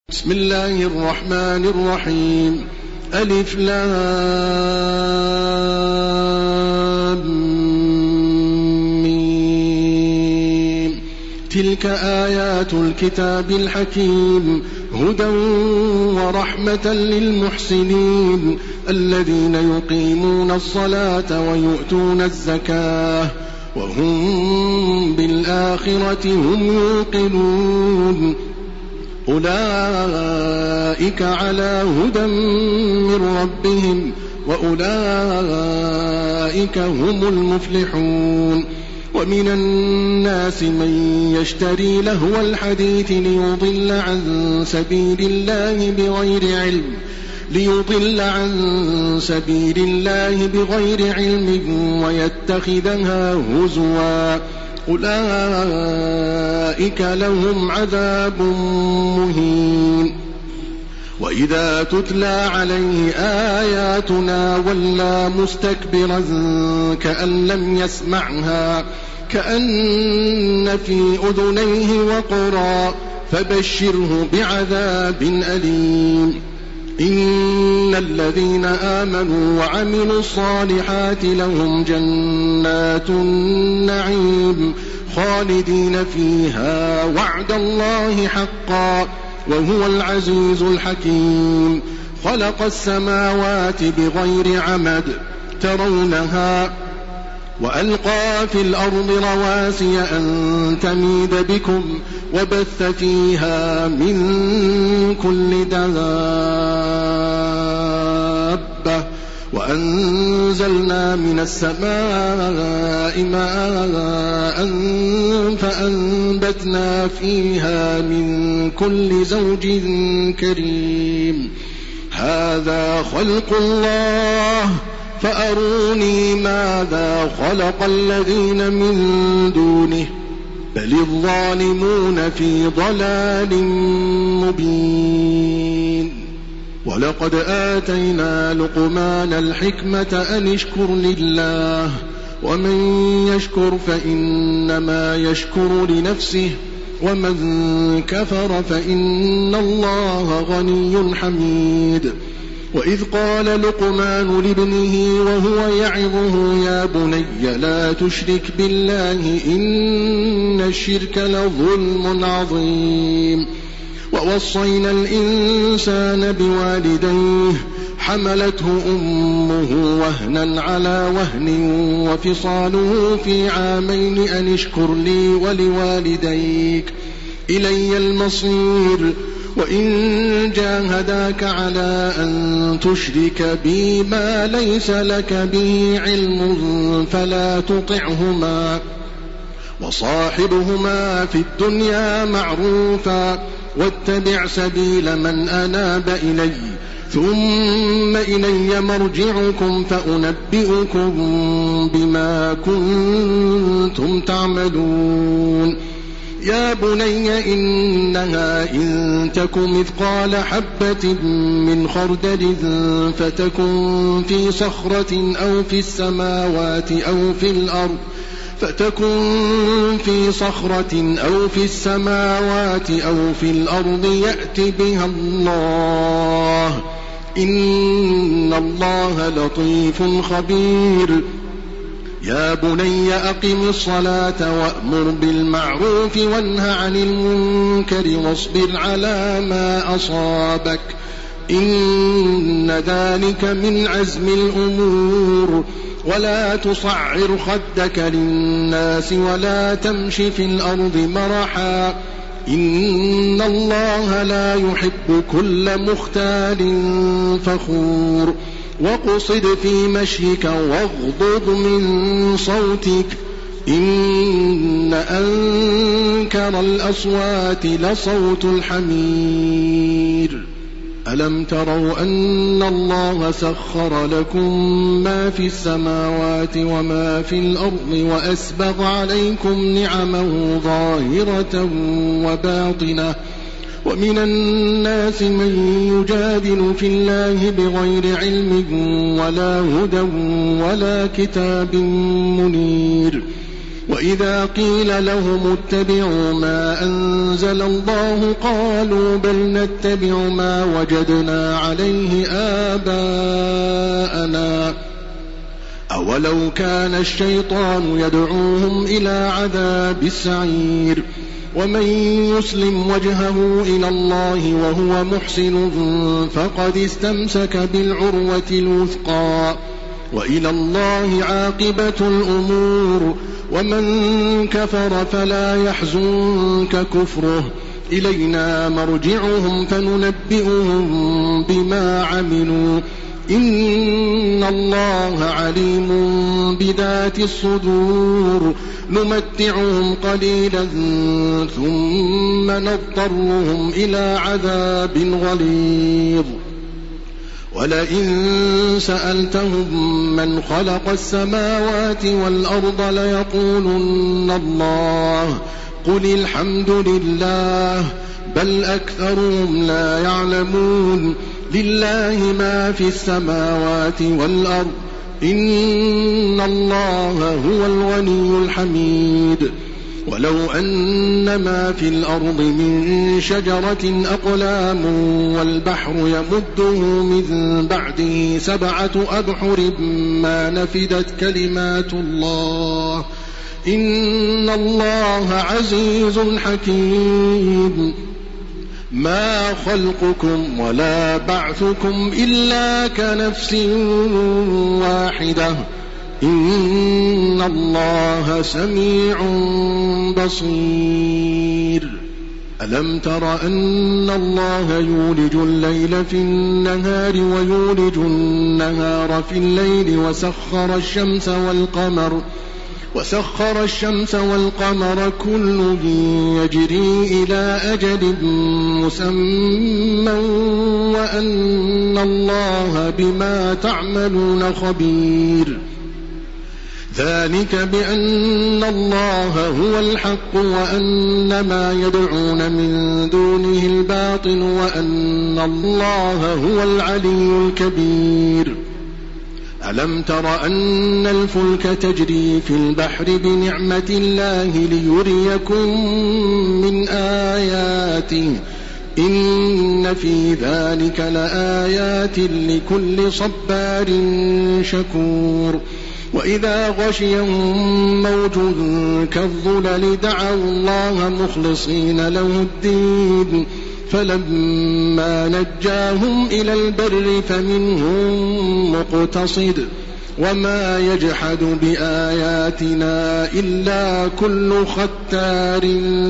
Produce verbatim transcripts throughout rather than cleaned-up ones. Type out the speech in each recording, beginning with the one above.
بسم الله الرحمن الرحيم. ألف لام ميم. تلك آيات الكتاب الحكيم هدى ورحمة للمحسنين الذين يقيمون الصلاة ويؤتون الزكاة وهم بالآخرة هم يوقنون أولئك على هدى من ربهم وأولئك هم المفلحون. ومن الناس من يشتري لهو الحديث ليضل عن سبيل الله بغير علم ليضل عن سبيل الله بغير علم ويتخذها هزوا أولئك لهم عذاب مهين. وإذا تتلى عليه آياتنا ولى مستكبرا كأن لم يسمعها كأن في أذنيه وقرا فبشره بعذاب أليم. إن الذين آمنوا وعملوا الصالحات لهم جنات النعيم خالدين فيها وعد الله حقا وهو العزيز الحكيم. خلق السماوات بغير عمد ترونها وألقى في الأرض رواسي أن تميد بكم وبث فيها من كل دابة وأنزلنا من السماء ماء فأنبتنا فيها من كل زوج كريم. هذا خلق الله فأروني ماذا خلق الذين من دونه بل الظالمون في ضلال مبين. ولقد آتينا لقمان الحكمة أن اشكر لله ومن يشكر فإنما يشكر لنفسه ومن كفر فإن الله غني حميد. وإذ قال لقمان لابنه وهو يعظه يا بني لا تشرك بالله إن الشرك لظلم عظيم. ووصينا الإنسان بوالديه حملته أمه وهنا على وهن وفصاله في عامين أن اشكر لي ولوالديك إلي المصير. وإن جاهداك على أن تشرك بي ما ليس لك به علم فلا تطعهما وصاحبهما في الدنيا معروفا واتبع سبيل من أناب إلي ثم إلي مرجعكم فأنبئكم بما كنتم تعملون. يا بني إنها إن تك مثقال حبة من خردل فتكن في صخرة أو في السماوات أو في الأرض فتكن في صخرة أو في السماوات أو في الأرض يأت بها الله إن الله لطيف خبير. يا بني أقم الصلاة وأمر بالمعروف وانه عن المنكر واصبر على ما أصابك إن ذلك من عزم الأمور. ولا تصعر خدك للناس ولا تمش في الأرض مرحا إن الله لا يحب كل مختال فخور. وقصد في مشيك واغضض من صوتك إن أنكر الأصوات لصوت الحمير. ألم تروا أن الله سخر لكم ما في السماوات وما في الأرض وأسبغ عليكم نعمه ظاهرة وباطنة ومن الناس من يجادل في الله بغير علم ولا هدى ولا كتاب منير. وإذا قيل لهم اتبعوا ما أنزل الله قالوا بل نتبع ما وجدنا عليه آباءنا أولو كان الشيطان يدعوهم إلى عذاب السعير ومن يسلم وجهه إلى الله وهو محسن فقد استمسك بالعروة الوثقى وإلى الله عاقبة الأمور ومن كفر فلا يحزنك كفره إلينا مرجعهم فننبئهم بما عملوا إن الله عليم بذات الصدور نمتعهم قليلا ثم نضطرهم إلى عذاب غليظ ولئن سألتهم من خلق السماوات والأرض ليقولن الله قل الحمد لله بل أكثرهم لا يعلمون لله ما في السماوات والأرض إن الله هو الغني الحميد ولو أن ما في الأرض من شجرة أقلام والبحر يمده من بعده سبعة أبحر ما نفدت كلمات الله إن الله عزيز حكيم ما خلقكم ولا بعثكم إلا كنفس واحدة إن الله سميع بصير ألم تر أن الله يولج الليل في النهار ويولج النهار في الليل وسخر الشمس والقمر وسخر الشمس والقمر كل يجري إلى أجل مسمى وأن الله بما تعملون خبير ذلك بأن الله هو الحق وأن ما يدعون من دونه الباطل وأن الله هو العلي الكبير ألم تر أن الفلك تجري في البحر بنعمة الله ليريكم من آياته إن في ذلك لآيات لكل صبار شكور وإذا غشيهم موج كالظلل دعوا الله مخلصين له الدين فلما نجاهم إلى البر فمنهم مقتصد وما يجحد بآياتنا إلا كل ختار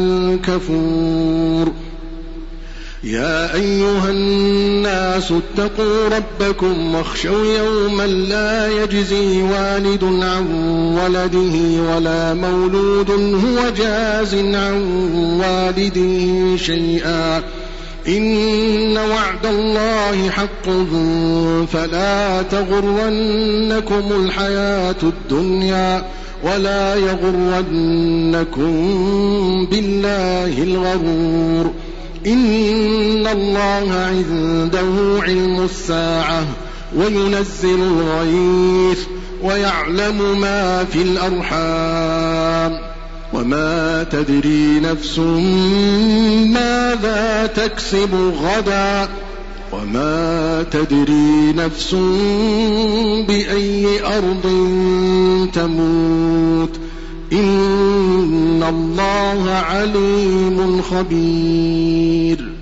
كفور يا أيها الناس اتقوا ربكم واخشوا يوما لا يجزي والد عن ولده ولا مولود هو جاز عن والده شيئا إن وعد الله حق فلا تغرنكم الحياة الدنيا ولا يغرنكم بالله الغرور إن الله عنده علم الساعة وينزل الغيث ويعلم ما في الأرحام وما تدري نفس ماذا تكسب غدا وما تدري نفس بأي أرض تموت إن الله عليم خبير